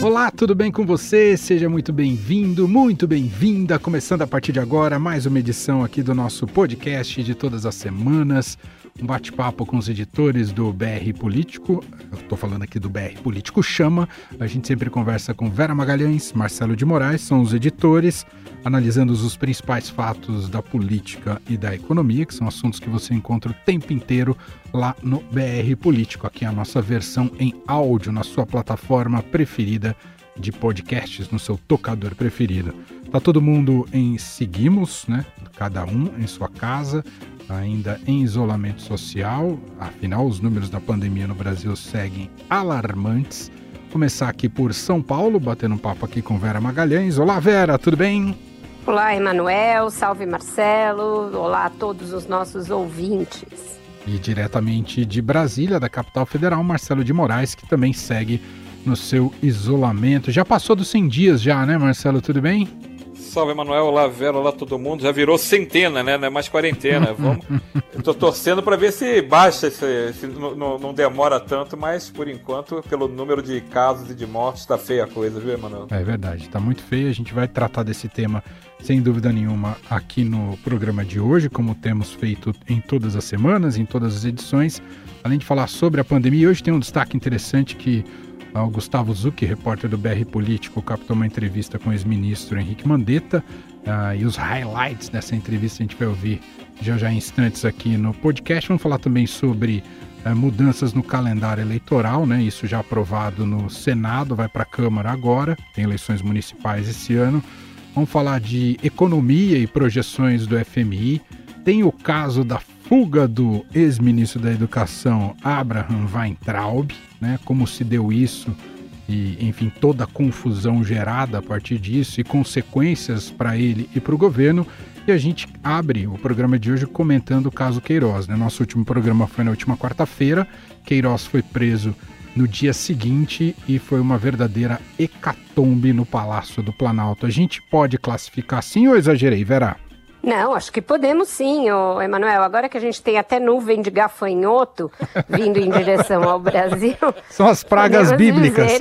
Olá, tudo bem com você? Seja muito bem-vindo, muito bem-vinda. Começando a partir de agora, mais uma edição aqui do nosso podcast de todas as semanas. Um bate-papo com os editores do BR Político. Eu estou falando aqui do BR Político Chama. A gente sempre conversa com Vera Magalhães, Marcelo de Moraes, são os editores, analisando os principais fatos da política e da economia, que são assuntos que você encontra o tempo inteiro lá no BR Político. Aqui é a nossa versão em áudio, na sua plataforma preferida de podcasts, no seu tocador preferido. Tá todo mundo em seguimos, né? Cada um em sua casa, ainda em isolamento social. Afinal, os números da pandemia no Brasil seguem alarmantes. Começar aqui por São Paulo, batendo um papo aqui com Vera Magalhães. Olá, Vera, tudo bem? Olá, Emanuel, salve Marcelo, olá a todos os nossos ouvintes. E diretamente de Brasília, da capital federal, Marcelo de Moraes, que também segue no seu isolamento. Já passou dos 100 dias já, né, Marcelo, tudo bem? Salve, Emanuel, olá, Vera, olá todo mundo. Já virou centena, né? Não é mais quarentena. Eu tô torcendo para ver se baixa, se não demora tanto, mas por enquanto, pelo número de casos e de mortes, tá feia a coisa, viu, Emanuel? É verdade, tá muito feio. A gente vai tratar desse tema, sem dúvida nenhuma, aqui no programa de hoje, como temos feito em todas as semanas, em todas as edições. Além de falar sobre a pandemia, hoje tem um destaque interessante que o Gustavo Zucchi, repórter do BR Político, captou uma entrevista com o ex-ministro Henrique Mandetta, e os highlights dessa entrevista a gente vai ouvir já em instantes aqui no podcast. Vamos falar também sobre mudanças no calendário eleitoral, né? Isso já aprovado no Senado, vai para a Câmara agora, tem eleições municipais esse ano. Vamos falar de economia e projeções do FMI. Tem o caso da fuga do ex-ministro da Educação, Abraham Weintraub, né? Como se deu isso e, enfim, toda a confusão gerada a partir disso e consequências para ele e para o governo. E a gente abre o programa de hoje comentando o caso Queiroz, né? Nosso último programa foi na última quarta-feira. Queiroz foi preso no dia seguinte e foi uma verdadeira hecatombe no Palácio do Planalto. A gente pode classificar assim ou exagerei, Vera? Não, acho que podemos sim, Emanuel. Agora que a gente tem até nuvem de gafanhoto vindo em direção ao Brasil... São as pragas bíblicas. Dizer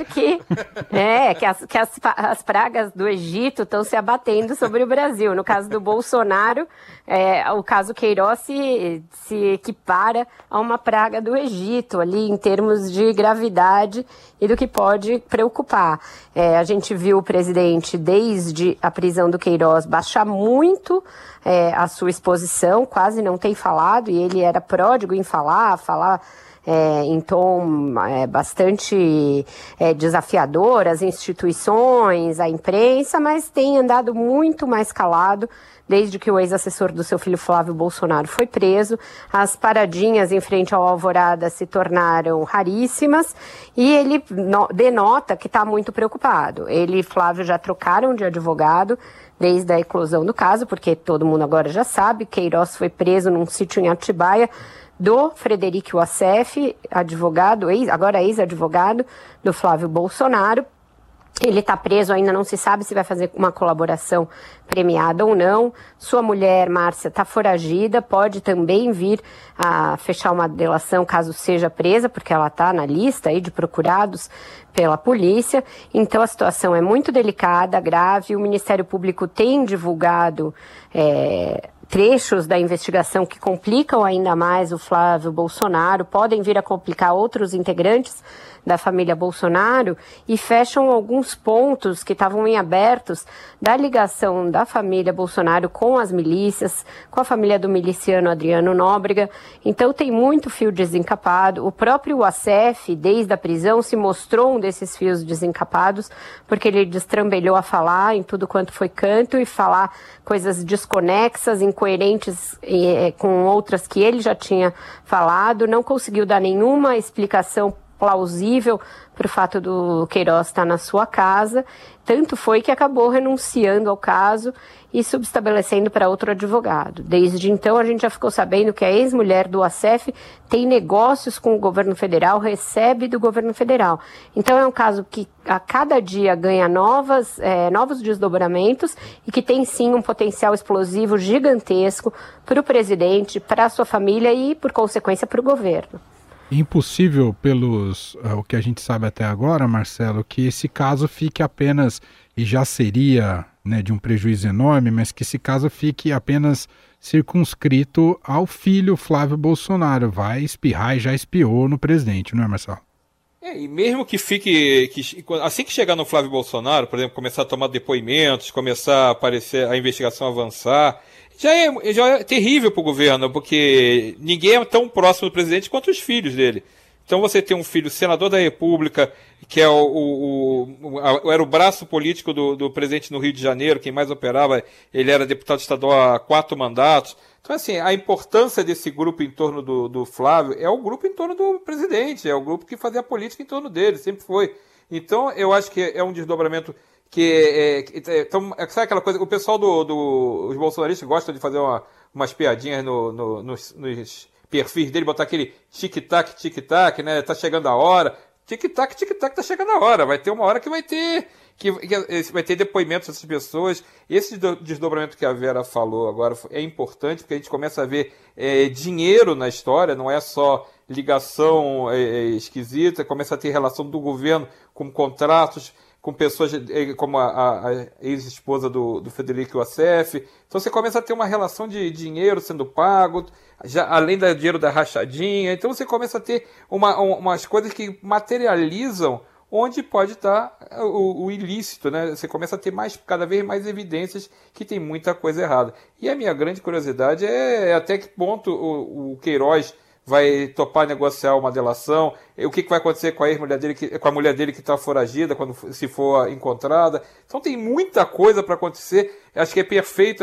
que as pragas do Egito estão se abatendo sobre o Brasil. No caso do Bolsonaro, o caso Queiroz se equipara a uma praga do Egito, ali em termos de gravidade e do que pode preocupar. A gente viu o presidente, desde a prisão do Queiroz, baixar muito a sua exposição, quase não tem falado, e ele era pródigo em falar em tom bastante desafiador às instituições, à imprensa, mas tem andado muito mais calado desde que o ex-assessor do seu filho Flávio Bolsonaro foi preso. As paradinhas em frente ao Alvorada se tornaram raríssimas e ele denota que está muito preocupado. Ele e Flávio já trocaram de advogado desde a eclosão do caso, porque todo mundo agora já sabe, Queiroz foi preso num sítio em Atibaia do Frederico Wassef, advogado, agora ex-advogado do Flávio Bolsonaro. Ele está preso, ainda não se sabe se vai fazer uma colaboração premiada ou não. Sua mulher, Márcia, está foragida, pode também vir a fechar uma delação caso seja presa, porque ela está na lista aí de procurados pela polícia. Então a situação é muito delicada, grave. O Ministério Público tem divulgado trechos da investigação que complicam ainda mais o Flávio Bolsonaro, podem vir a complicar outros integrantes da família Bolsonaro e fecham alguns pontos que estavam em abertos da ligação da família Bolsonaro com as milícias, com a família do miliciano Adriano Nóbrega. Então tem muito fio desencapado. O próprio Wassef, desde a prisão, se mostrou um desses fios desencapados, porque ele destrambelhou a falar em tudo quanto foi canto e falar coisas desconexas, incoerentes com outras que ele já tinha falado, não conseguiu dar nenhuma explicação plausível para o fato do Queiroz estar na sua casa, tanto foi que acabou renunciando ao caso e subestabelecendo para outro advogado. Desde então a gente já ficou sabendo que a ex-mulher do Wassef tem negócios com o governo federal, recebe do governo federal. Então é um caso que a cada dia ganha novos desdobramentos e que tem sim um potencial explosivo gigantesco para o presidente, para a sua família e, por consequência, para o governo. Impossível o que a gente sabe até agora, Marcelo, que esse caso fique apenas, e já seria, né, de um prejuízo enorme, mas que esse caso fique apenas circunscrito ao filho Flávio Bolsonaro. Vai espirrar e já espiou no presidente, não é, Marcelo? E mesmo que fique, assim que chegar no Flávio Bolsonaro, por exemplo, começar a tomar depoimentos, começar a aparecer, a investigação avançar, já é terrível para o governo, porque ninguém é tão próximo do presidente quanto os filhos dele. Então você tem um filho senador da República, que é era o braço político do presidente no Rio de Janeiro, quem mais operava, ele era deputado estadual há 4 mandatos. Então, assim, a importância desse grupo em torno do Flávio é o grupo em torno do presidente, é o grupo que fazia a política em torno dele, sempre foi. Então, eu acho que é um desdobramento então, sabe aquela coisa, o pessoal os bolsonaristas gostam de fazer umas piadinhas nos perfis dele, botar aquele tic-tac, tic-tac, né? Tá chegando a hora. Tic-tac, tic-tac, tá chegando a hora. Vai ter uma hora que vai ter depoimentos dessas pessoas. Esse desdobramento que a Vera falou agora é importante, porque a gente começa a ver dinheiro na história, não é só ligação esquisita, começa a ter relação do governo com contratos, com pessoas como a ex-esposa do Frederico Wassef. Então você começa a ter uma relação de dinheiro sendo pago, já, além do dinheiro da rachadinha. Então você começa a ter umas coisas que materializam onde pode estar o ilícito, né? Você começa a ter cada vez mais evidências que tem muita coisa errada. E a minha grande curiosidade é até que ponto o Queiroz vai topar negociar uma delação, o que vai acontecer com a mulher dele que está foragida, se for encontrada. Então tem muita coisa para acontecer. Acho que é perfeito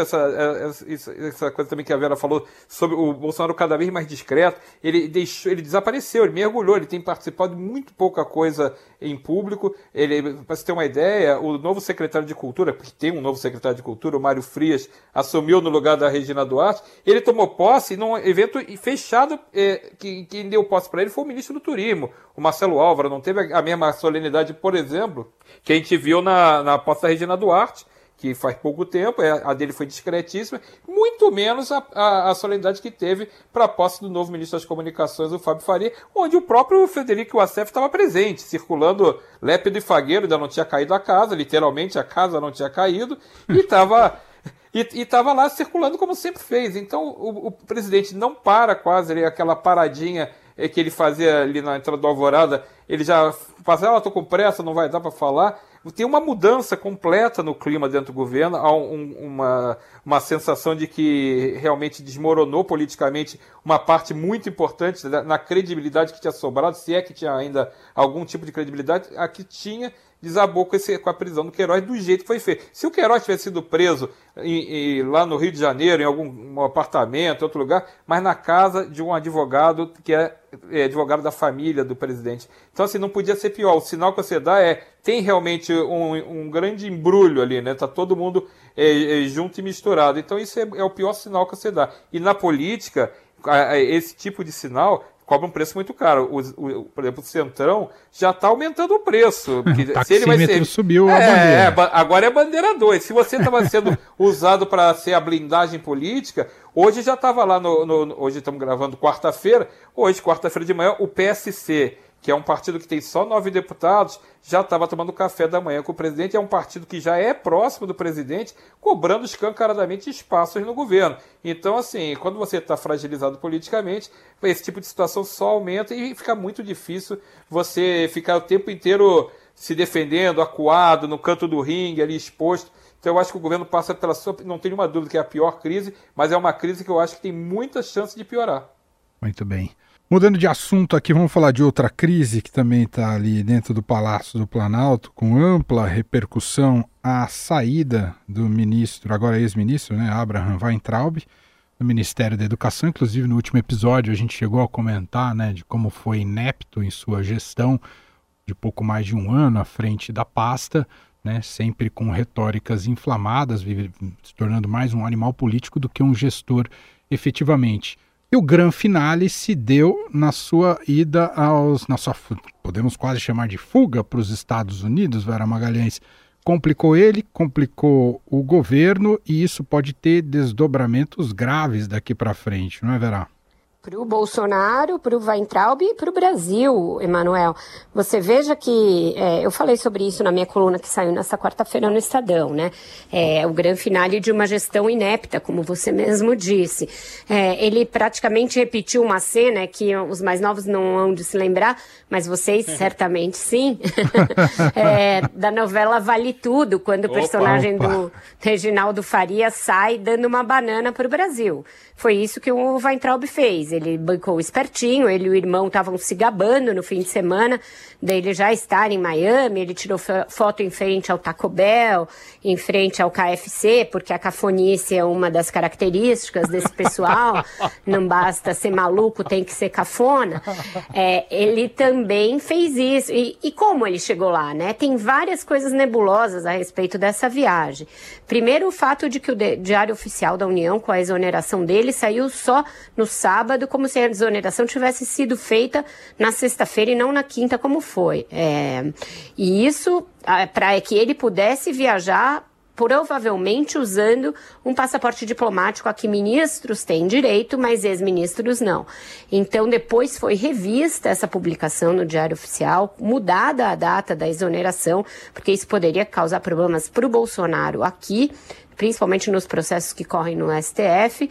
essa coisa também que a Vera falou sobre o Bolsonaro cada vez mais discreto. Ele desapareceu, ele mergulhou, ele tem participado de muito pouca coisa em público. Para você ter uma ideia, o novo secretário de Cultura, porque tem um novo secretário de Cultura, o Mário Frias, assumiu no lugar da Regina Duarte. Ele tomou posse num evento fechado, quem deu posse para ele foi o ministro do Turismo, o Marcelo Álvaro. Não teve a mesma solenidade, por exemplo, que a gente viu na posse da Regina Duarte, que faz pouco tempo, a dele foi discretíssima, muito menos a solenidade que teve para a posse do novo ministro das Comunicações, o Fábio Faria, onde o próprio Frederico Wassef estava presente, circulando lépido e fagueiro, ainda não tinha caído a casa, literalmente a casa não tinha caído, e estava lá circulando como sempre fez. Então o presidente não para quase ali, aquela paradinha que ele fazia ali na entrada do Alvorada, ele já fazia, tô com pressa, não vai dar para falar. Tem uma mudança completa no clima dentro do governo, há uma sensação de que realmente desmoronou politicamente uma parte muito importante na credibilidade que tinha sobrado, se é que tinha ainda algum tipo de credibilidade, a que tinha, desabou com a prisão do Queiroz do jeito que foi feito. Se o Queiroz tivesse sido preso lá no Rio de Janeiro, em algum apartamento, em outro lugar, mas na casa de um advogado que é advogado da família do presidente. Então, assim, não podia ser pior. O sinal que você dá tem realmente um grande embrulho ali, né? Tá todo mundo junto e misturado. Então, isso é o pior sinal que você dá. E na política, esse tipo de sinal cobra um preço muito caro. Por exemplo, o Centrão já está aumentando o preço. O se ele vai ser... subiu a bandeira. Agora é bandeira 2. Se você estava sendo usado para ser a blindagem política, hoje já estava lá hoje estamos gravando quarta-feira. Hoje, quarta-feira de manhã, o PSC, que é um partido que tem só 9 deputados, já estava tomando café da manhã com o presidente. É um partido que já é próximo do presidente, cobrando escancaradamente espaços no governo. Então, assim, quando você está fragilizado politicamente, esse tipo de situação só aumenta e fica muito difícil você ficar o tempo inteiro se defendendo, acuado, no canto do ringue, ali exposto. Então eu acho que o governo passa pela sua... Não tenho nenhuma dúvida que é a pior crise, mas é uma crise que eu acho que tem muita chance de piorar. Muito bem. Mudando de assunto aqui, vamos falar de outra crise que também está ali dentro do Palácio do Planalto, com ampla repercussão, a saída do ministro, agora ex-ministro, né, Abraham Weintraub, do Ministério da Educação. Inclusive, no último episódio, a gente chegou a comentar, né, de como foi inepto em sua gestão de pouco mais de um ano à frente da pasta, né, sempre com retóricas inflamadas, se tornando mais um animal político do que um gestor efetivamente. E o grande finale se deu na sua ida podemos quase chamar de fuga para os Estados Unidos. Vera Magalhães, complicou ele, complicou o governo, e isso pode ter desdobramentos graves daqui para frente, não é, Vera? Para o Bolsonaro, para o Weintraub e para o Brasil, Emanuel. Você veja que, eu falei sobre isso na minha coluna que saiu nessa quarta-feira no Estadão, né? O grande finale de uma gestão inepta, como você mesmo disse. Ele praticamente repetiu uma cena que os mais novos não hão de se lembrar, mas vocês certamente sim, da novela Vale Tudo, quando o personagem do Reginaldo Faria sai dando uma banana para o Brasil. Foi isso que o Weintraub fez. Ele bancou espertinho, ele e o irmão estavam se gabando no fim de semana dele já estar em Miami, ele tirou foto em frente ao Taco Bell, em frente ao KFC, porque a cafonice é uma das características desse pessoal, não basta ser maluco, tem que ser cafona. Ele também fez isso. E como ele chegou lá, né? Tem várias coisas nebulosas a respeito dessa viagem. Primeiro, o fato de que o Diário Oficial da União, com a exoneração dele, saiu só no sábado, como se a desoneração tivesse sido feita na sexta-feira e não na quinta, como foi. E isso para que ele pudesse viajar, provavelmente usando um passaporte diplomático a que ministros têm direito, mas ex-ministros não. Então, depois foi revista essa publicação no Diário Oficial, mudada a data da exoneração, porque isso poderia causar problemas para o Bolsonaro aqui, principalmente nos processos que correm no STF.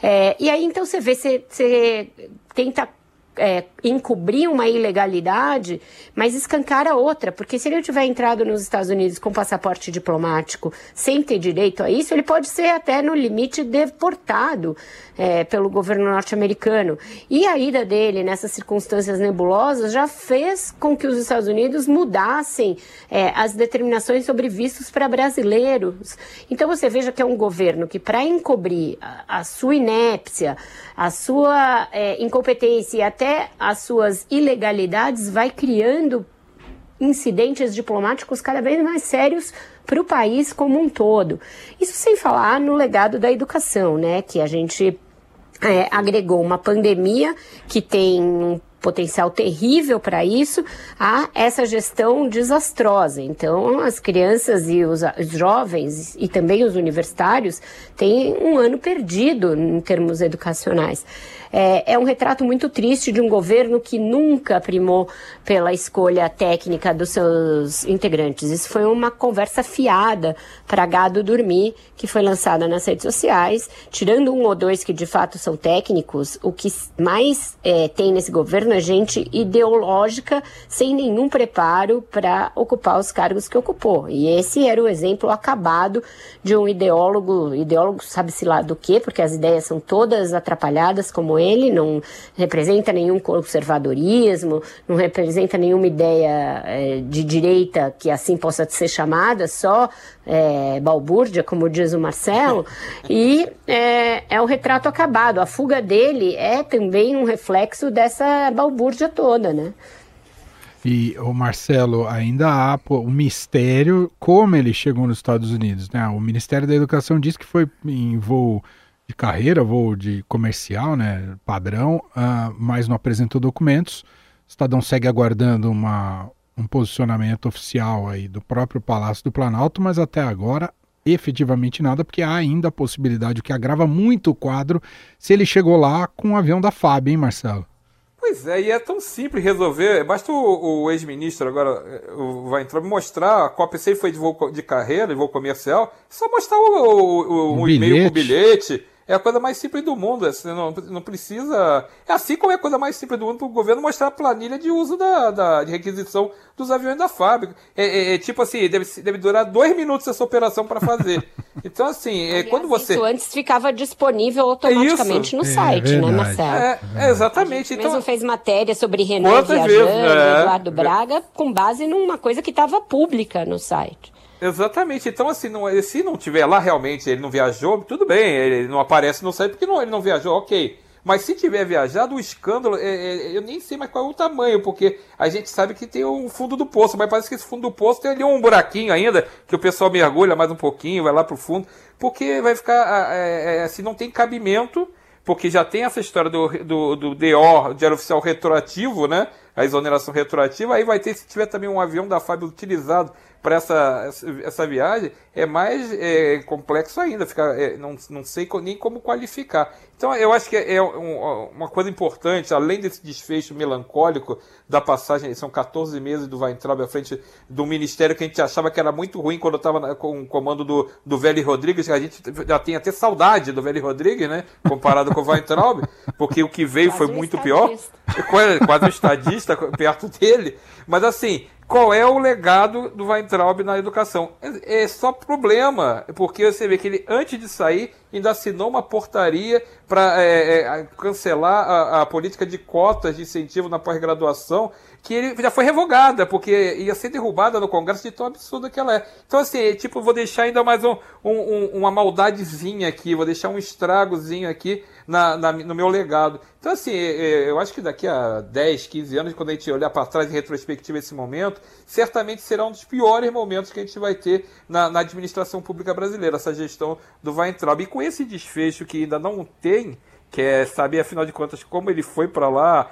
E aí, então, você vê, você tenta encobrir uma ilegalidade, mas escancara outra, porque se ele tiver entrado nos Estados Unidos com passaporte diplomático sem ter direito a isso, ele pode ser até no limite deportado pelo governo norte-americano. E a ida dele nessas circunstâncias nebulosas já fez com que os Estados Unidos mudassem as determinações sobre vistos para brasileiros. Então você veja que é um governo que, para encobrir a sua inépcia, a sua incompetência e até as suas ilegalidades, vai criando incidentes diplomáticos cada vez mais sérios para o país como um todo. Isso sem falar no legado da educação, né? Que a gente agregou uma pandemia que tem um potencial terrível para isso, a essa gestão desastrosa. Então, as crianças e os jovens e também os universitários têm um ano perdido em termos educacionais. É um retrato muito triste de um governo que nunca primou pela escolha técnica dos seus integrantes. Isso foi uma conversa fiada para gado dormir, que foi lançada nas redes sociais, tirando um ou dois que de fato são técnicos. O que mais tem nesse governo é gente ideológica sem nenhum preparo para ocupar os cargos que ocupou. E esse era o exemplo acabado de um ideólogo sabe-se lá do quê, porque as ideias são todas atrapalhadas como ele, não representa nenhum conservadorismo, não representa nenhuma ideia de direita que assim possa ser chamada, só balbúrdia, como diz o Marcelo, e é um retrato acabado. A fuga dele é também um reflexo dessa balbúrdia toda, né? E, o Marcelo, ainda há um mistério como ele chegou nos Estados Unidos, né? O Ministério da Educação diz que foi em voo de carreira, voo de comercial, né, padrão, mas não apresentou documentos. O Estadão segue aguardando um posicionamento oficial aí do próprio Palácio do Planalto, mas até agora efetivamente nada, porque há ainda a possibilidade, o que agrava muito o quadro, se ele chegou lá com um avião da FAB, hein, Marcelo? Pois é, e é tão simples resolver. Basta o ex-ministro agora, vai entrar, mostrar a cópia, se ele foi de voo de carreira, de voo comercial, só mostrar um e-mail com o bilhete. É a coisa mais simples do mundo. Você não precisa... É assim como é a coisa mais simples do mundo para o governo mostrar a planilha de uso de requisição dos aviões da fábrica. Tipo assim, deve durar 2 minutos essa operação para fazer. Então, assim, aliás, quando você... Isso antes ficava disponível automaticamente no site, né, Marcelo? Exatamente. A gente mesmo fez matéria sobre Renan viajando, Eduardo Braga, com base numa coisa que estava pública no site. Exatamente, então assim, se não tiver lá realmente, ele não viajou, tudo bem, ele não aparece no site porque ele não viajou, ok. Mas se tiver viajado, o escândalo, eu nem sei mais qual é o tamanho, porque a gente sabe que tem um fundo do poço, mas parece que esse fundo do poço tem ali um buraquinho ainda, que o pessoal mergulha mais um pouquinho, vai lá pro fundo, porque vai ficar, assim, não tem cabimento, porque já tem essa história do DO, Diário Oficial Retroativo, né? A exoneração retroativa, aí vai ter, se tiver também um avião da FAB utilizado para essa viagem, é mais complexo ainda, não sei nem como qualificar. Então eu acho que é uma coisa importante, além desse desfecho melancólico da passagem, são 14 meses do Weintraub à frente do ministério que a gente achava que era muito ruim quando estava com o comando do Velho Rodrigues, que a gente já tem até saudade do Velho Rodrigues, né, comparado com o Weintraub, porque o que veio foi muito pior, quase um estadista perto dele, mas assim, qual é o legado do Weintraub na educação? É só problema, porque você vê que ele, antes de sair, ainda assinou uma portaria para cancelar a política de cotas de incentivo na pós-graduação, que ele já foi revogada, porque ia ser derrubada no Congresso de tão absurda que ela é. Então, assim, vou deixar ainda mais uma maldadezinha aqui, vou deixar um estragozinho aqui no meu legado. Então, assim, eu acho que daqui a 10, 15 anos, quando a gente olhar para trás em retrospectiva esse momento, certamente será um dos piores momentos que a gente vai ter na administração pública brasileira, essa gestão do Weintraub. E com esse desfecho que ainda não tem, que é saber, afinal de contas, como ele foi para lá,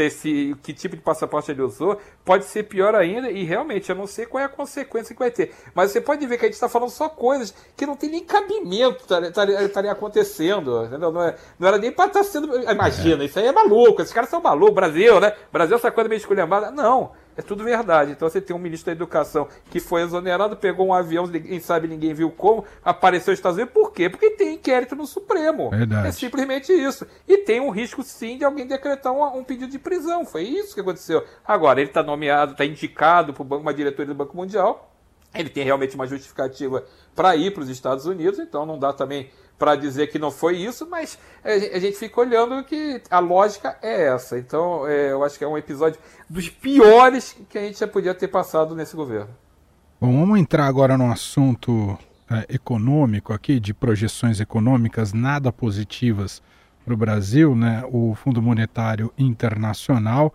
que tipo de passaporte ele usou, pode ser pior ainda, e realmente eu não sei qual é a consequência que vai ter. Mas você pode ver que a gente está falando só coisas que não tem nem cabimento estaria acontecendo, entendeu? Não era nem para estar sendo... Imagina, isso aí é maluco, esses caras são malucos, Brasil, né? Brasil essa coisa meio esculhambada. Não, é tudo verdade. Então você tem um ministro da Educação que foi exonerado, pegou um avião, ninguém viu como, apareceu nos Estados Unidos. Por quê? Porque tem inquérito no Supremo. Verdade. É simplesmente isso. E tem um risco, sim, de alguém decretar um pedido de prisão. Foi isso que aconteceu. Agora, ele está nomeado, está indicado para uma diretoria do Banco Mundial. Ele tem realmente uma justificativa para ir para os Estados Unidos, então não dá também para dizer que não foi isso, mas a gente fica olhando que a lógica é essa. Então, eu acho que é um episódio dos piores que a gente já podia ter passado nesse governo. Bom, vamos entrar agora no assunto econômico aqui, de projeções econômicas nada positivas para o Brasil, né? O Fundo Monetário Internacional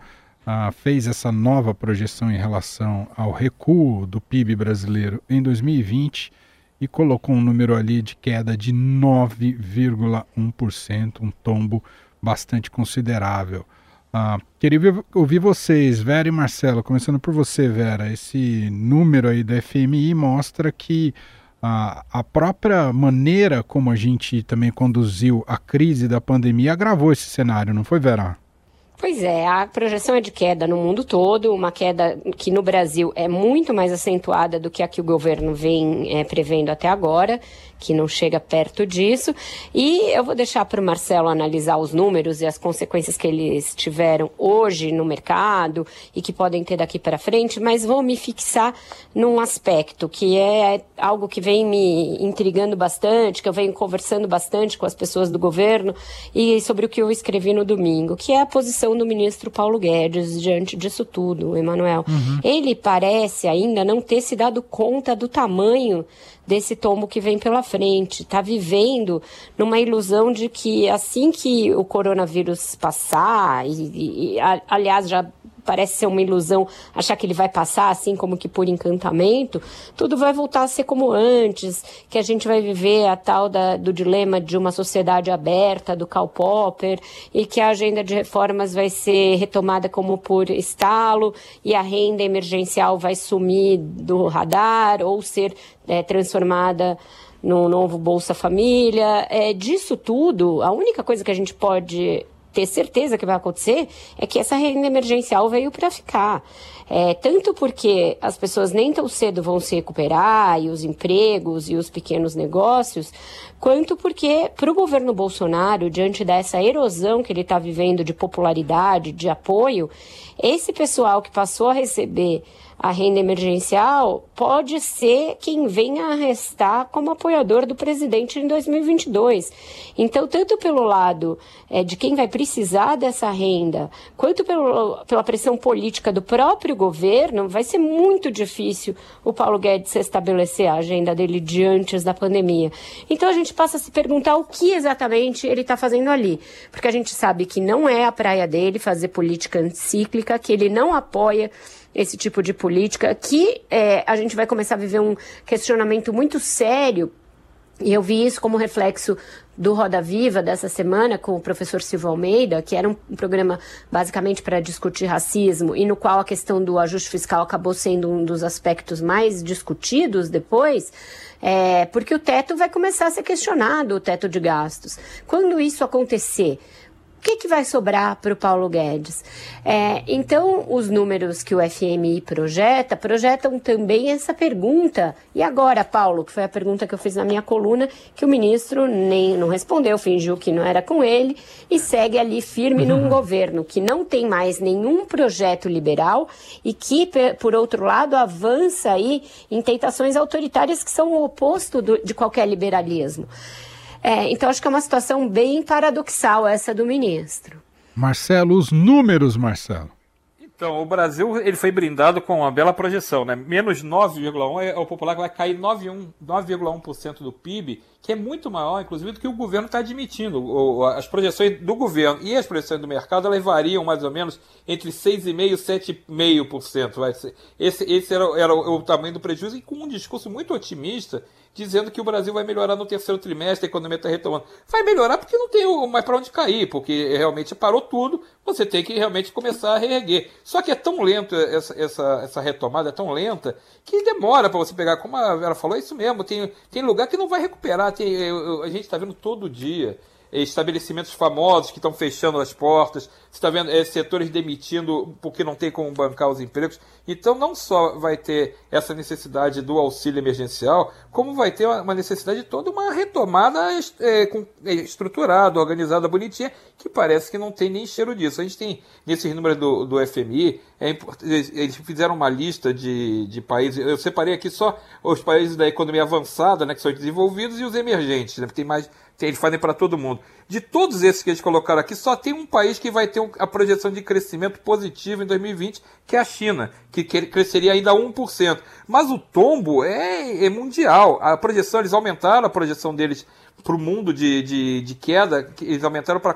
fez essa nova projeção em relação ao recuo do PIB brasileiro em 2020 e colocou um número ali de queda de 9,1%, um tombo bastante considerável. Queria ouvir vocês, Vera e Marcelo, começando por você, Vera. Esse número aí da FMI mostra que a própria maneira como a gente também conduziu a crise da pandemia agravou esse cenário, não foi, Vera? Pois é, a projeção é de queda no mundo todo, uma queda que no Brasil é muito mais acentuada do que a que o governo vem prevendo até agora, que não chega perto disso. E eu vou deixar para o Marcelo analisar os números e as consequências que eles tiveram hoje no mercado e que podem ter daqui para frente, mas vou me fixar num aspecto que é algo que vem me intrigando bastante, que eu venho conversando bastante com as pessoas do governo e sobre o que eu escrevi no domingo, que é a posição do ministro Paulo Guedes diante disso tudo, Emanuel. Ele parece ainda não ter se dado conta do tamanho desse tombo que vem pela frente. Está vivendo numa ilusão de que assim que o coronavírus passar, aliás, já parece ser uma ilusão achar que ele vai passar assim como que por encantamento, tudo vai voltar a ser como antes, que a gente vai viver a tal do dilema de uma sociedade aberta, do Karl Popper, e que a agenda de reformas vai ser retomada como por estalo, e a renda emergencial vai sumir do radar, ou ser transformada no novo Bolsa Família. Disso tudo, a única coisa que a gente pode ter certeza que vai acontecer é que essa renda emergencial veio para ficar. Tanto porque as pessoas nem tão cedo vão se recuperar, e os empregos e os pequenos negócios, quanto porque para o governo Bolsonaro, diante dessa erosão que ele está vivendo de popularidade, de apoio, esse pessoal que passou a receber a renda emergencial pode ser quem venha a restar como apoiador do presidente em 2022. Então, tanto pelo lado de quem vai precisar dessa renda, quanto pela pressão política do próprio governo, vai ser muito difícil o Paulo Guedes restabelecer a agenda dele de antes da pandemia. Então, a gente passa a se perguntar o que exatamente ele está fazendo ali. Porque a gente sabe que não é a praia dele fazer política encíclica, que ele não apoia esse tipo de política, que a gente vai começar a viver um questionamento muito sério E eu vi isso como reflexo do Roda Viva dessa semana com o professor Silvio Almeida, que era um programa basicamente para discutir racismo e no qual a questão do ajuste fiscal acabou sendo um dos aspectos mais discutidos depois, porque o teto vai começar a ser questionado, o teto de gastos. Quando isso acontecer, o que vai sobrar para o Paulo Guedes? Então, os números que o FMI projetam também essa pergunta. E agora, Paulo, que foi a pergunta que eu fiz na minha coluna, que o ministro nem não respondeu, fingiu que não era com ele, e segue ali firme num governo que não tem mais nenhum projeto liberal e que, por outro lado, avança aí em tentações autoritárias que são o oposto de qualquer liberalismo. Então, acho que é uma situação bem paradoxal essa do ministro. Marcelo, os números, Marcelo. Então, o Brasil ele foi brindado com uma bela projeção, né? Menos 9,1% é o popular que vai cair 9,1% do PIB, que é muito maior, inclusive, do que o governo está admitindo. As projeções do governo e as projeções do mercado, elas variam mais ou menos entre 6,5% e 7,5%. Esse era o tamanho do prejuízo, e com um discurso muito otimista, dizendo que o Brasil vai melhorar no terceiro trimestre, a economia está retomando. Vai melhorar porque não tem mais para onde cair, porque realmente parou tudo, você tem que realmente começar a reerguer. Só que é tão lento essa retomada, é tão lenta, que demora para você pegar, como a Vera falou, é isso mesmo, tem lugar que não vai recuperar, a gente está vendo todo dia estabelecimentos famosos que estão fechando as portas, você está vendo setores demitindo porque não tem como bancar os empregos. Então não só vai ter essa necessidade do auxílio emergencial, como vai ter uma necessidade de toda uma retomada estruturada, organizada, bonitinha, que parece que não tem nem cheiro disso. A gente tem, nesses números do FMI, eles fizeram uma lista de países, eu separei aqui só os países da economia avançada, né, que são desenvolvidos, e os emergentes, né, tem mais. Eles fazem para todo mundo. De todos esses que eles colocaram aqui, só tem um país que vai ter a projeção de crescimento positivo em 2020, que é a China, que cresceria ainda 1%. Mas o tombo é mundial. A projeção, eles aumentaram a projeção deles para o mundo de queda, eles aumentaram para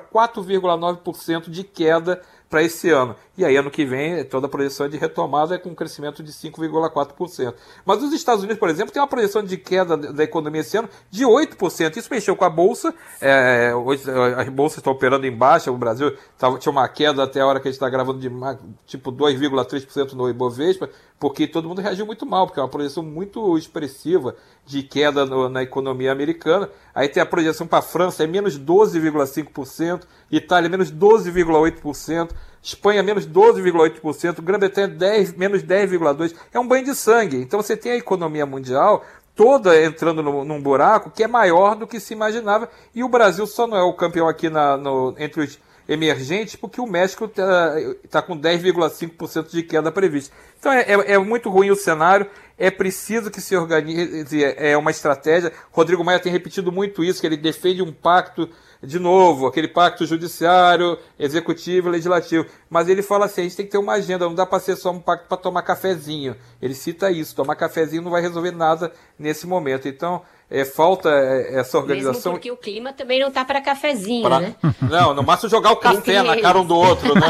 4,9% de queda para esse ano. E aí, ano que vem, toda a projeção de retomada é com um crescimento de 5,4%. Mas os Estados Unidos, por exemplo, tem uma projeção de queda da economia esse ano de 8%. Isso mexeu com a Bolsa. Hoje as bolsas estão operando em baixa. O Brasil tinha uma queda até a hora que a gente está gravando de tipo 2,3% no Ibovespa, porque todo mundo reagiu muito mal, porque é uma projeção muito expressiva de queda na economia americana. Aí tem a projeção para a França, é menos 12,5%, Itália menos 12,8%, Espanha menos 12,8%, Grã-Bretanha menos 10,2%. É um banho de sangue. Então você tem a economia mundial toda entrando num buraco que é maior do que se imaginava, e o Brasil só não é o campeão aqui entre os emergentes porque o México está com 10,5% de queda prevista. Então é muito ruim o cenário, é preciso que se organize uma estratégia. Rodrigo Maia tem repetido muito isso, que ele defende um pacto, de novo, aquele pacto judiciário, executivo e legislativo. Mas ele fala assim, a gente tem que ter uma agenda, não dá para ser só um pacto para tomar cafezinho. Ele cita isso, tomar cafezinho não vai resolver nada nesse momento. Então, falta essa organização. Mesmo porque o clima também não tá para cafezinho, né? Não, no máximo jogar o café na cara um do outro, né?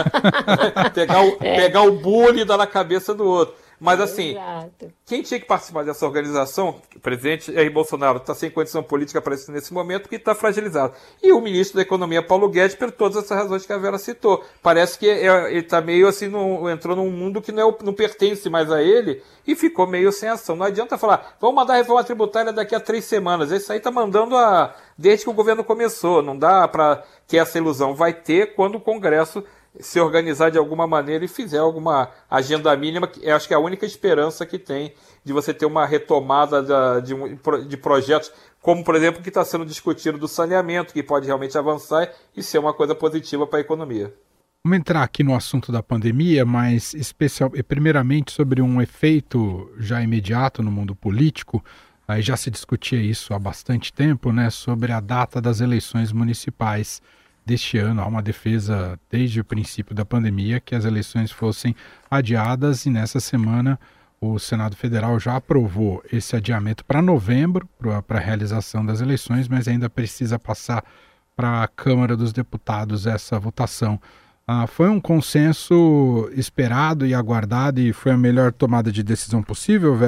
Pegar o bullying e dar na cabeça do outro. Mas assim, quem tinha que participar dessa organização, o presidente Jair Bolsonaro está sem condição política para isso nesse momento, porque está fragilizado. E o ministro da Economia, Paulo Guedes, por todas essas razões que a Vera citou. Parece que ele está meio assim, entrou num mundo que não pertence mais a ele e ficou meio sem ação. Não adianta falar, vamos mandar a reforma tributária daqui a 3 semanas. Isso aí está mandando desde que o governo começou. Não dá para que essa ilusão vai ter quando o Congresso se organizar de alguma maneira e fizer alguma agenda mínima, que acho que é a única esperança que tem de você ter uma retomada de projetos, como, por exemplo, o que está sendo discutido do saneamento, que pode realmente avançar e ser uma coisa positiva para a economia. Vamos entrar aqui no assunto da pandemia, mas primeiramente sobre um efeito já imediato no mundo político. Aí já se discutia isso há bastante tempo, né, sobre a data das eleições municipais deste ano. Há uma defesa desde o princípio da pandemia que as eleições fossem adiadas, e nessa semana o Senado Federal já aprovou esse adiamento para novembro, para a realização das eleições, mas ainda precisa passar para a Câmara dos Deputados essa votação. Foi um consenso esperado e aguardado, e foi a melhor tomada de decisão possível, Vera?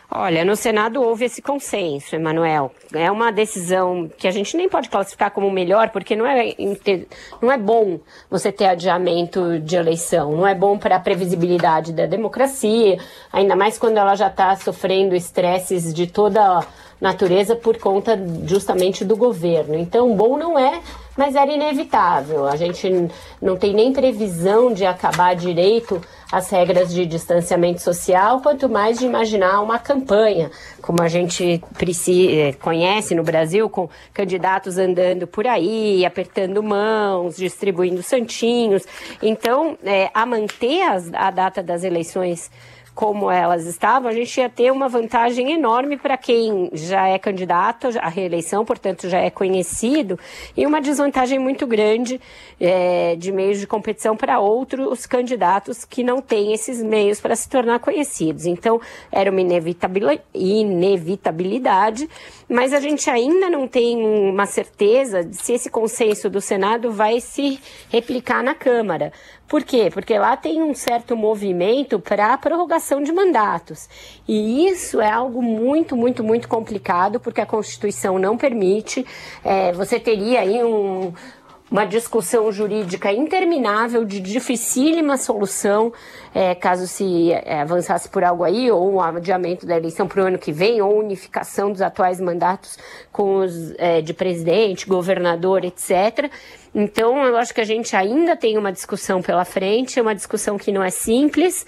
Olha, no Senado houve esse consenso, Emanuel. É uma decisão que a gente nem pode classificar como melhor, porque não é bom você ter adiamento de eleição, não é bom para a previsibilidade da democracia, ainda mais quando ela já está sofrendo estresses de toda natureza por conta justamente do governo. Então, bom não é, mas era inevitável. A gente não tem nem previsão de acabar direito as regras de distanciamento social, quanto mais de imaginar uma campanha, como a gente conhece no Brasil, com candidatos andando por aí, apertando mãos, distribuindo santinhos. Então, a manter a data das eleições como elas estavam, a gente ia ter uma vantagem enorme para quem já é candidato à reeleição, portanto já é conhecido, e uma desvantagem muito grande de meios de competição para outros candidatos que não têm esses meios para se tornar conhecidos. Então, era uma inevitabilidade, mas a gente ainda não tem uma certeza de se esse consenso do Senado vai se replicar na Câmara. Por quê? Porque lá tem um certo movimento para a prorrogação de mandatos. E isso é algo muito, muito, muito complicado, porque a Constituição não permite. Você teria aí uma discussão jurídica interminável de dificílima solução, caso se avançasse por algo aí, ou um adiamento da eleição para o ano que vem, ou unificação dos atuais mandatos com os de presidente, governador, etc. Então, eu acho que a gente ainda tem uma discussão pela frente, uma discussão que não é simples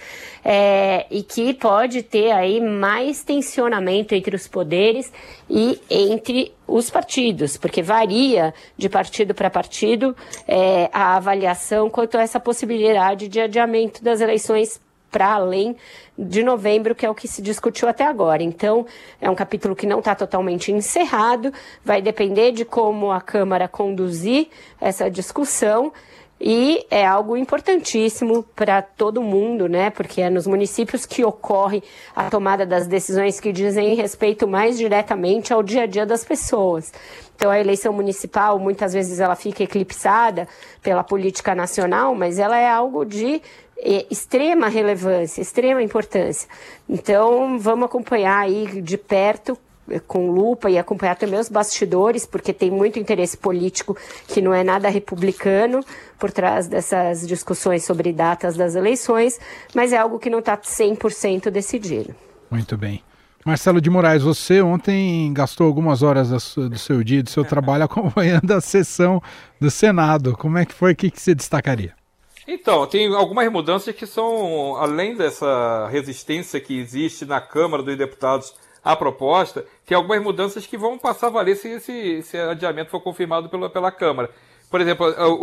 e que pode ter aí mais tensionamento entre os poderes e entre os partidos, porque varia de partido para partido a avaliação quanto a essa possibilidade de adiamento das eleições para além de novembro, que é o que se discutiu até agora. Então, é um capítulo que não está totalmente encerrado, vai depender de como a Câmara conduzir essa discussão, e é algo importantíssimo para todo mundo, né? Porque é nos municípios que ocorre a tomada das decisões que dizem respeito mais diretamente ao dia a dia das pessoas. Então, a eleição municipal, muitas vezes ela fica eclipsada pela política nacional, mas ela é algo de extrema relevância, extrema importância. Então, vamos acompanhar aí de perto, com lupa, e acompanhar também os bastidores, porque tem muito interesse político que não é nada republicano por trás dessas discussões sobre datas das eleições, mas é algo que não está 100% decidido. Muito bem. Marcelo de Moraes, você ontem gastou algumas horas do seu dia, do seu trabalho, acompanhando a sessão do Senado. Como é que foi? O que você destacaria? Então, tem algumas mudanças que são, além dessa resistência que existe na Câmara dos Deputados à proposta, tem algumas mudanças que vão passar a valer se esse adiamento for confirmado pela Câmara. Por exemplo,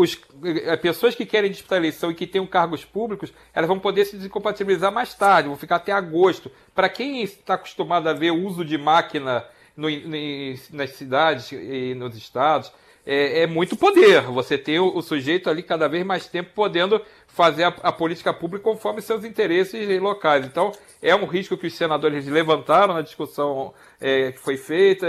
as pessoas que querem disputar a eleição e que tenham cargos públicos, elas vão poder se desincompatibilizar mais tarde, vão ficar até agosto. Para quem está acostumado a ver o uso de máquina nas cidades e nos estados, é muito poder. Você tem o sujeito ali cada vez mais tempo podendo fazer a política pública conforme seus interesses locais. Então, é um risco que os senadores levantaram na discussão que foi feita,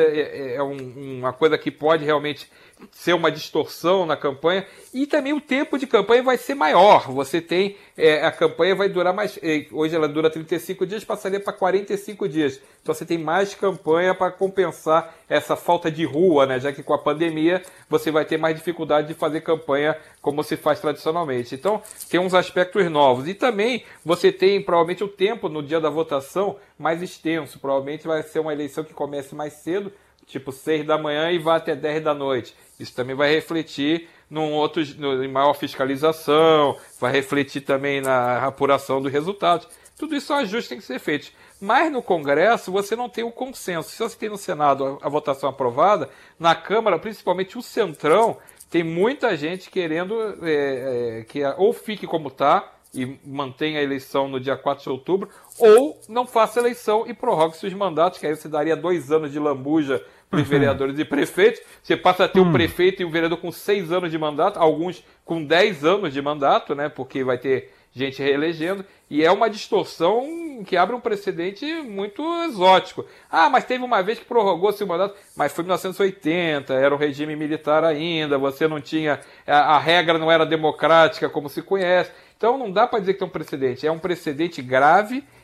uma coisa que pode realmente ser uma distorção na campanha, e também o tempo de campanha vai ser maior. Você tem, a campanha vai durar mais, hoje ela dura 35 dias, passaria para 45 dias. Então você tem mais campanha para compensar essa falta de rua, né? Já que com a pandemia você vai ter mais dificuldade de fazer campanha como se faz tradicionalmente. Então tem uns aspectos novos. E também você tem provavelmente o tempo no dia da votação mais extenso. Provavelmente vai ser uma eleição que comece mais cedo, tipo 6 da manhã e vai até 10 da noite. Isso também vai refletir em maior fiscalização, vai refletir também na apuração dos resultados. Tudo isso são ajustes que tem que ser feitos. Mas no Congresso você não tem o consenso. Se você tem no Senado a votação aprovada, na Câmara, principalmente o Centrão, tem muita gente querendo que ou fique como está e mantenha a eleição no dia 4 de outubro, ou não faça eleição e prorrogue seus mandatos, que aí você daria 2 anos de lambuja para os vereadores e prefeitos. Você passa a ter um prefeito e um vereador com 6 anos de mandato, alguns com 10 anos de mandato, né? Porque vai ter gente reelegendo, e é uma distorção que abre um precedente muito exótico. Ah, mas teve uma vez que prorrogou seu mandato, mas foi em 1980, era um regime militar ainda, você não tinha, a regra não era democrática como se conhece. Então não dá para dizer que é um precedente grave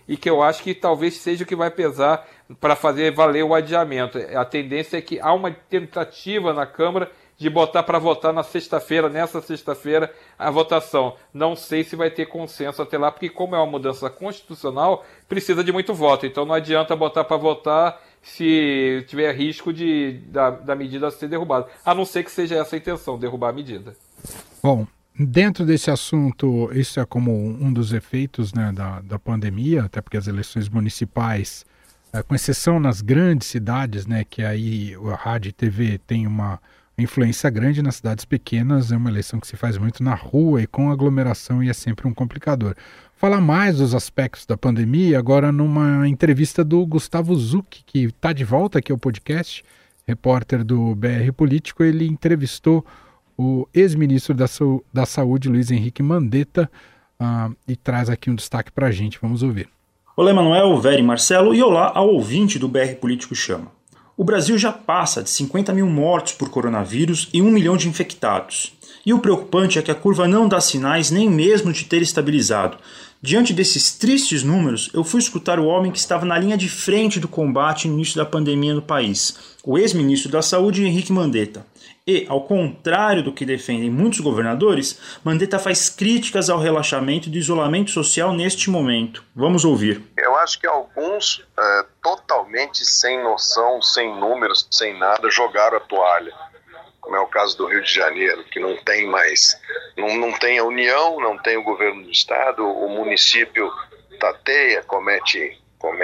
e que eu acho que talvez seja o que vai pesar para fazer valer o adiamento. A tendência é que há uma tentativa na Câmara de botar para votar nessa sexta-feira, a votação. Não sei se vai ter consenso até lá, porque como é uma mudança constitucional, precisa de muito voto. Então não adianta botar para votar se tiver risco da medida ser derrubada. A não ser que seja essa a intenção, derrubar a medida. Bom, dentro desse assunto, isso é como um dos efeitos, né, da pandemia, até porque as eleições municipais, com exceção nas grandes cidades, né, que aí a rádio e TV tem uma influência grande, nas cidades pequenas é uma eleição que se faz muito na rua e com aglomeração, e é sempre um complicador. Falar mais dos aspectos da pandemia agora numa entrevista do Gustavo Zucchi, que está de volta aqui ao podcast, repórter do BR Político. Ele entrevistou o ex-ministro da Saúde, Luiz Henrique Mandetta, e traz aqui um destaque para a gente. Vamos ouvir. Olá, Emanuel, Vera e Marcelo, e olá ao ouvinte do BR Político Chama. O Brasil já passa de 50 mil mortos por coronavírus e 1 milhão de infectados. E o preocupante é que a curva não dá sinais nem mesmo de ter estabilizado. Diante desses tristes números, eu fui escutar o homem que estava na linha de frente do combate no início da pandemia no país, o ex-ministro da Saúde, Henrique Mandetta. E, ao contrário do que defendem muitos governadores, Mandetta faz críticas ao relaxamento do isolamento social neste momento. Vamos ouvir. Eu acho que alguns, totalmente sem noção, sem números, sem nada, jogaram a toalha. Como é o caso do Rio de Janeiro, que não tem mais, não tem a União, não tem o governo do Estado, o município tateia, comete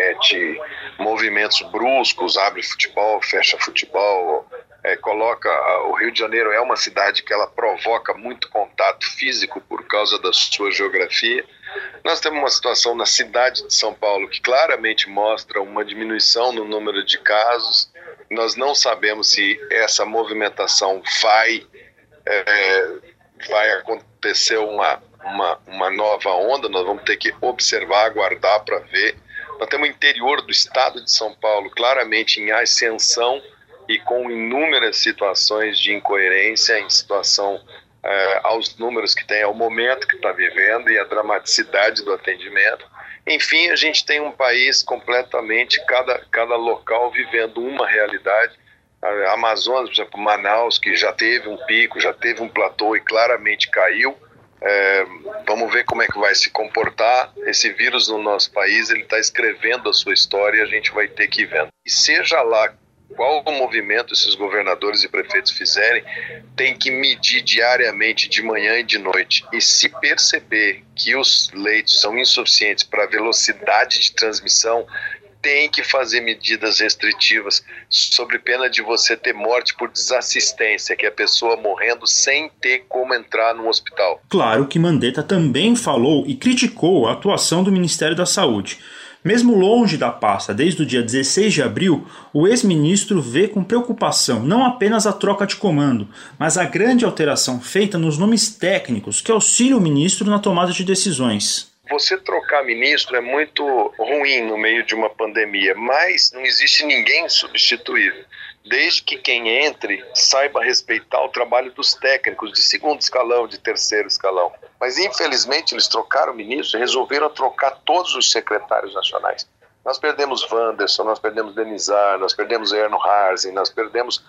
movimentos bruscos, abre futebol, fecha futebol, o Rio de Janeiro é uma cidade que ela provoca muito contato físico por causa da sua geografia. Nós temos uma situação na cidade de São Paulo que claramente mostra uma diminuição no número de casos. Nós não sabemos se essa movimentação vai acontecer uma nova onda. Nós vamos ter que observar, aguardar para ver. Nós temos o interior do estado de São Paulo claramente em ascensão e com inúmeras situações de incoerência em situação aos números que tem, ao momento que está vivendo e a dramaticidade do atendimento. Enfim, a gente tem um país completamente, cada local vivendo uma realidade. A Amazonas, por exemplo, Manaus, que já teve um pico, já teve um platô e claramente caiu. Vamos ver como é que vai se comportar. Esse vírus no nosso país, ele está escrevendo a sua história e a gente vai ter que ir vendo. E seja lá qual o movimento esses governadores e prefeitos fizerem, tem que medir diariamente, de manhã e de noite. E se perceber que os leitos são insuficientes para a velocidade de transmissão, tem que fazer medidas restritivas, sob pena de você ter morte por desassistência, que é a pessoa morrendo sem ter como entrar no hospital. Claro que Mandetta também falou e criticou a atuação do Ministério da Saúde. Mesmo longe da pasta desde o dia 16 de abril, o ex-ministro vê com preocupação não apenas a troca de comando, mas a grande alteração feita nos nomes técnicos que auxiliam o ministro na tomada de decisões. Você trocar ministro é muito ruim no meio de uma pandemia, mas não existe ninguém substituível. Desde que quem entre saiba respeitar o trabalho dos técnicos de segundo escalão, de terceiro escalão. Mas infelizmente eles trocaram o ministro e resolveram trocar todos os secretários nacionais. Nós perdemos Wanderson, nós perdemos Denizar, nós perdemos Erno Harzen, nós perdemos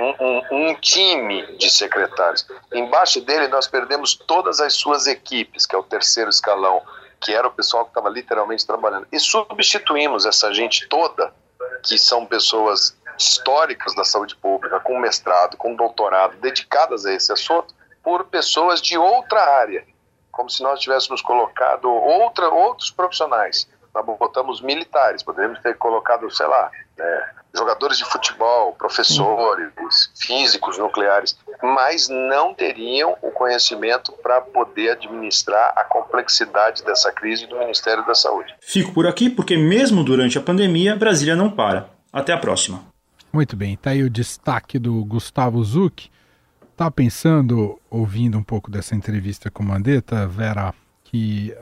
um time de secretários. Embaixo dele nós perdemos todas as suas equipes, que é o terceiro escalão, que era o pessoal que estava literalmente trabalhando. E substituímos essa gente toda, que são pessoas históricas da saúde pública, com mestrado, com doutorado, dedicadas a esse assunto, por pessoas de outra área, como se nós tivéssemos colocado outros profissionais. Nós botamos militares, poderíamos ter colocado, sei lá, jogadores de futebol, professores, físicos nucleares, mas não teriam o conhecimento para poder administrar a complexidade dessa crise do Ministério da Saúde. Fico por aqui porque mesmo durante a pandemia, Brasília não para. Até a próxima. Muito bem, está aí o destaque do Gustavo Zucchi. Estava pensando, ouvindo um pouco dessa entrevista com o Mandetta, Vera, que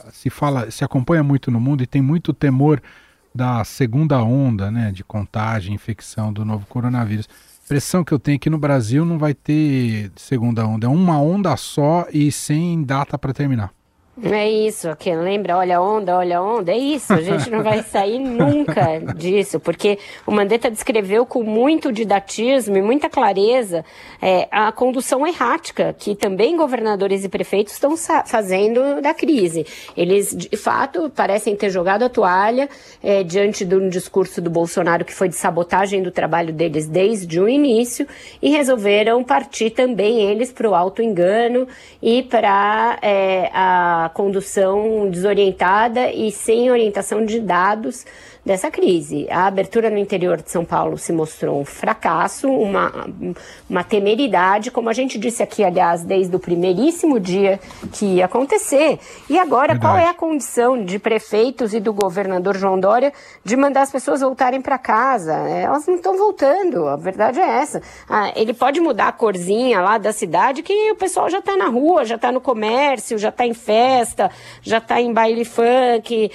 se acompanha muito no mundo e tem muito temor da segunda onda, né, de contágio e infecção do novo coronavírus. A impressão que eu tenho é que no Brasil não vai ter segunda onda, é uma onda só e sem data para terminar. É isso, que lembra, olha a onda, é isso, a gente não vai sair nunca disso, porque o Mandetta descreveu com muito didatismo e muita clareza a condução errática que também governadores e prefeitos estão fazendo da crise. Eles, de fato, parecem ter jogado a toalha diante de um discurso do Bolsonaro que foi de sabotagem do trabalho deles desde o início e resolveram partir também eles para o auto-engano e para a condução desorientada e sem orientação de dados dessa crise. A abertura no interior de São Paulo se mostrou um fracasso, uma temeridade, como a gente disse aqui, aliás, desde o primeiríssimo dia que ia acontecer. E agora, verdade, qual é a condição de prefeitos e do governador João Dória de mandar as pessoas voltarem para casa? Elas não estão voltando, a verdade é essa. Ele pode mudar a corzinha lá da cidade, que o pessoal já está na rua, já está no comércio, já está em festa, já está em baile funk,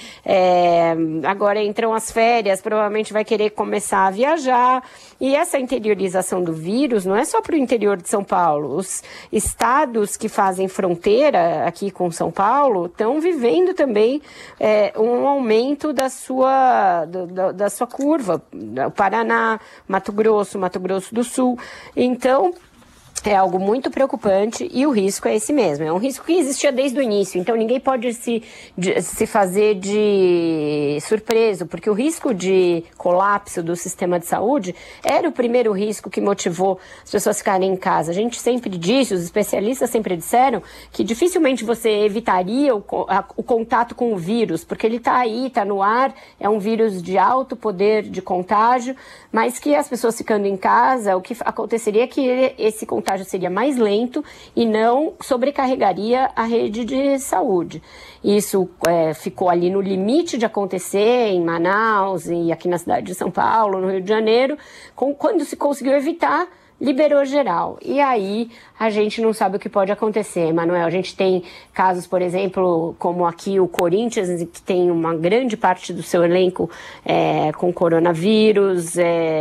agora entram as férias, provavelmente vai querer começar a viajar. E essa interiorização do vírus não é só para o interior de São Paulo. Os estados que fazem fronteira aqui com São Paulo estão vivendo também um aumento da sua curva. O Paraná, Mato Grosso do Sul. Então, é algo muito preocupante e o risco é esse mesmo. É um risco que existia desde o início, então ninguém pode se fazer de surpreso, porque o risco de colapso do sistema de saúde era o primeiro risco que motivou as pessoas ficarem em casa. A gente sempre disse, os especialistas sempre disseram, que dificilmente você evitaria o contato com o vírus, porque ele está aí, está no ar, é um vírus de alto poder de contágio, mas que as pessoas ficando em casa, o que aconteceria é que esse contágio seria mais lento e não sobrecarregaria a rede de saúde. Isso ficou ali no limite de acontecer em Manaus e aqui na cidade de São Paulo, no Rio de Janeiro. Quando se conseguiu evitar, liberou geral. E aí a gente não sabe o que pode acontecer, Manuel. A gente tem casos, por exemplo, como aqui o Corinthians, que tem uma grande parte do seu elenco com coronavírus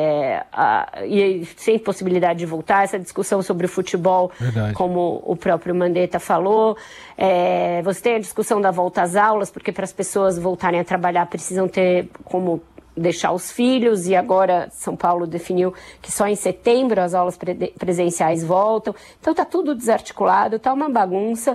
e sem possibilidade de voltar. Essa discussão sobre o futebol, verdade, como o próprio Mandetta falou. Você tem a discussão da volta às aulas, porque para as pessoas voltarem a trabalhar precisam ter como deixar os filhos, e agora São Paulo definiu que só em setembro as aulas presenciais voltam. Então está tudo desarticulado, está uma bagunça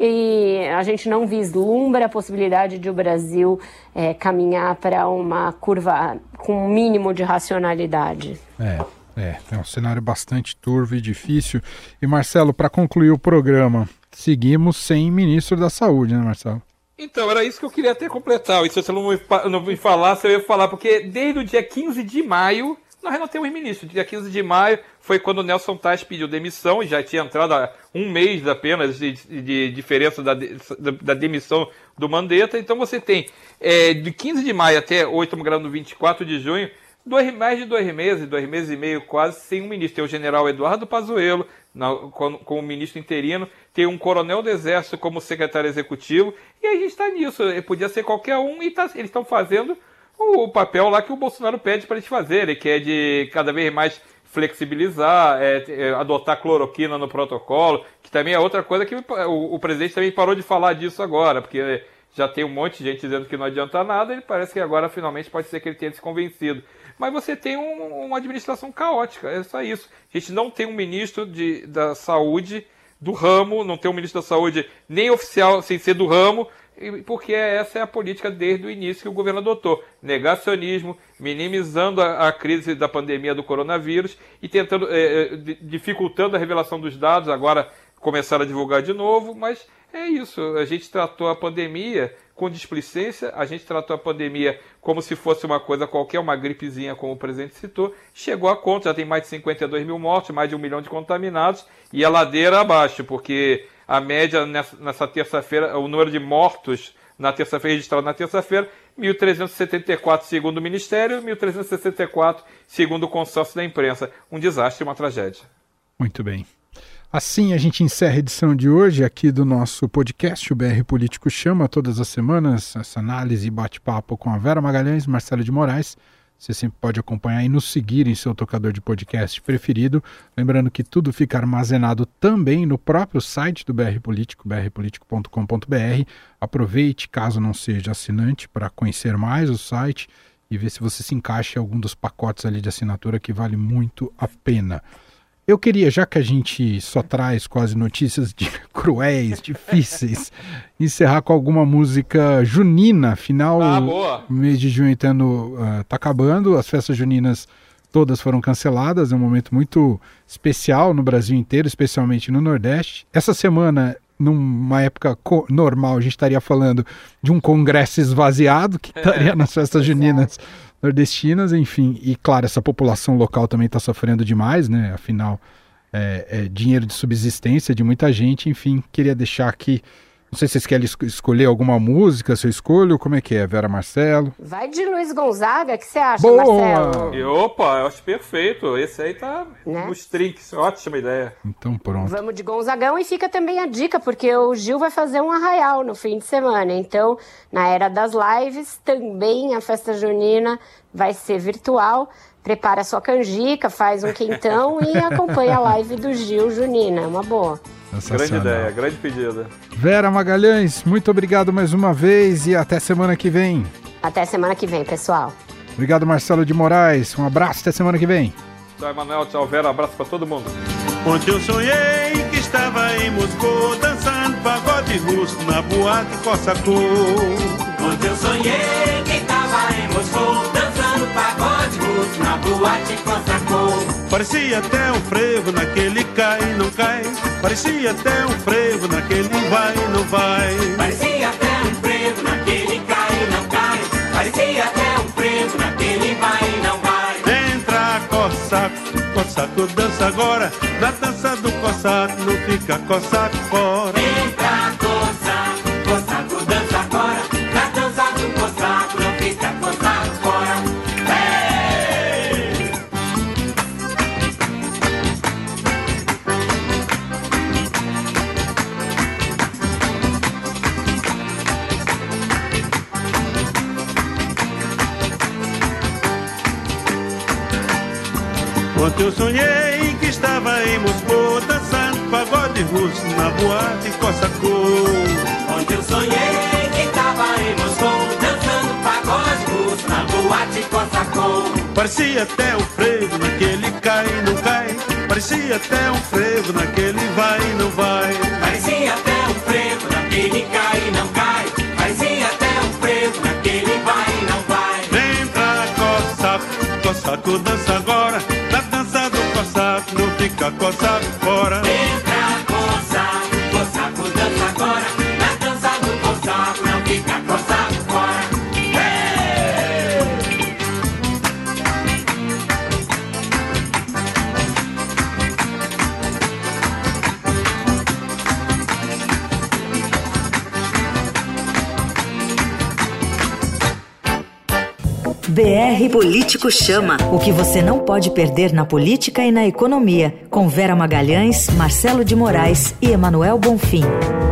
e a gente não vislumbra a possibilidade de o Brasil caminhar para uma curva com um mínimo de racionalidade. É um cenário bastante turvo e difícil. E Marcelo, para concluir o programa, seguimos sem ministro da Saúde, né, Marcelo? Então, era isso que eu queria até completar. E se você não me falasse, eu ia falar, porque desde o dia 15 de maio, nós não temos ministro. Dia 15 de maio foi quando o Nelson Taix pediu demissão, e já tinha entrado há um mês apenas de diferença da demissão do Mandetta. Então você tem, de 15 de maio até 8 graus no 24 de junho, mais de 2 meses e meio quase, sem um ministro. Tem o general Eduardo Pazuello como ministro interino, tem um coronel do Exército como secretário executivo, e a gente está nisso. Podia ser qualquer um, e eles estão fazendo o papel lá que o Bolsonaro pede para eles fazerem, que é de cada vez mais flexibilizar, adotar cloroquina no protocolo, que também é outra coisa que o presidente também parou de falar disso agora, porque já tem um monte de gente dizendo que não adianta nada, e parece que agora finalmente pode ser que ele tenha se convencido. Mas você tem uma administração caótica, é só isso. A gente não tem um ministro da saúde do ramo, não tem um ministro da saúde nem oficial sem ser do ramo, porque essa é a política desde o início que o governo adotou. Negacionismo, minimizando a crise da pandemia do coronavírus e tentando, dificultando a revelação dos dados, agora começaram a divulgar de novo, mas é isso. A gente tratou a pandemia com displicência, a gente tratou a pandemia como se fosse uma coisa qualquer, uma gripezinha, como o presidente citou, chegou a conta, já tem mais de 52 mil mortos, mais de 1 milhão de contaminados, e a ladeira abaixo, porque a média nessa terça-feira, o número de mortos na terça-feira, registrado na terça-feira, 1.374 segundo o Ministério, 1.364 segundo o consórcio da imprensa. Um desastre, uma tragédia. Muito bem. Assim a gente encerra a edição de hoje aqui do nosso podcast, o BR Político Chama, todas as semanas, essa análise e bate-papo com a Vera Magalhães, Marcelo de Moraes. Você sempre pode acompanhar e nos seguir em seu tocador de podcast preferido. Lembrando que tudo fica armazenado também no próprio site do BR Político, brpolitico.com.br. Aproveite, caso não seja assinante, para conhecer mais o site e ver se você se encaixa em algum dos pacotes ali de assinatura, que vale muito a pena. Eu queria, já que a gente só traz quase notícias cruéis, difíceis, encerrar com alguma música junina. Afinal, o mês de junho está acabando, as festas juninas todas foram canceladas, é um momento muito especial no Brasil inteiro, especialmente no Nordeste. Essa semana, numa época normal, a gente estaria falando de um congresso esvaziado, que estaria nas festas juninas nordestinas, enfim, e claro, essa população local também está sofrendo demais, né? Afinal, é dinheiro de subsistência de muita gente, enfim, queria deixar aqui, não sei se vocês querem escolher alguma música, se eu escolho, como é que é, Vera, Marcelo? Vai de Luiz Gonzaga, o que você acha, Boa! Marcelo? E, opa, eu acho perfeito, esse aí tá nos trinques, ótima ideia. Então pronto. Vamos de Gonzagão, e fica também a dica, porque o Gil vai fazer um arraial no fim de semana, então na era das lives também a festa junina vai ser virtual. Prepara sua canjica, faz um quentão e acompanha a live do Gil Junina, é uma boa. Grande ideia, grande pedida. Vera Magalhães, muito obrigado mais uma vez e até semana que vem. Até semana que vem, pessoal. Obrigado, Marcelo de Moraes. Um abraço, até semana que vem. Tchau, Emanuel, tchau, Vera, abraço pra todo mundo. Ontem eu sonhei que estava em Moscou, dançando pagode russo na boate Cossacô. Ontem eu sonhei que estava em Moscou, dançando pagode russo na boate Cossacô. Parecia até um frevo naquele cai e não cai, parecia até um frevo naquele vai e não vai. Parecia até um frevo naquele cai e não cai, parecia até um frevo naquele vai e não vai. Entra Cossaco, Cossaco dança agora, na dança do Cossaco não fica Cossaco fora. Entra Cossaco, Cossaco dança agora, na dança do Cossaco não fica Cossaco fora. Hey! Ontem eu sonhei que estava em Moscou, dançando pagode russo na boate Cossacô. Ontem eu sonhei que estava em Moscou, dançando pagode russo na boate Cossacô. Parecia até um frevo naquele cai e não cai, parecia até um frevo naquele vai e não vai. Parecia até um frevo naquele cai e não cai, parecia até um frevo naquele vai e não vai. Vem pra Cossaco, Cossaco dança agora, na dança do Cossaco não fica Cossaco fora. Vem pra Cossaco, Cossaco dança agora, na dança do Cossaco não fica Cossaco fora. Hey! BR Político Chama. O que você não pode perder na política e na economia. Com Vera Magalhães, Marcelo de Moraes e Emanuel Bonfim.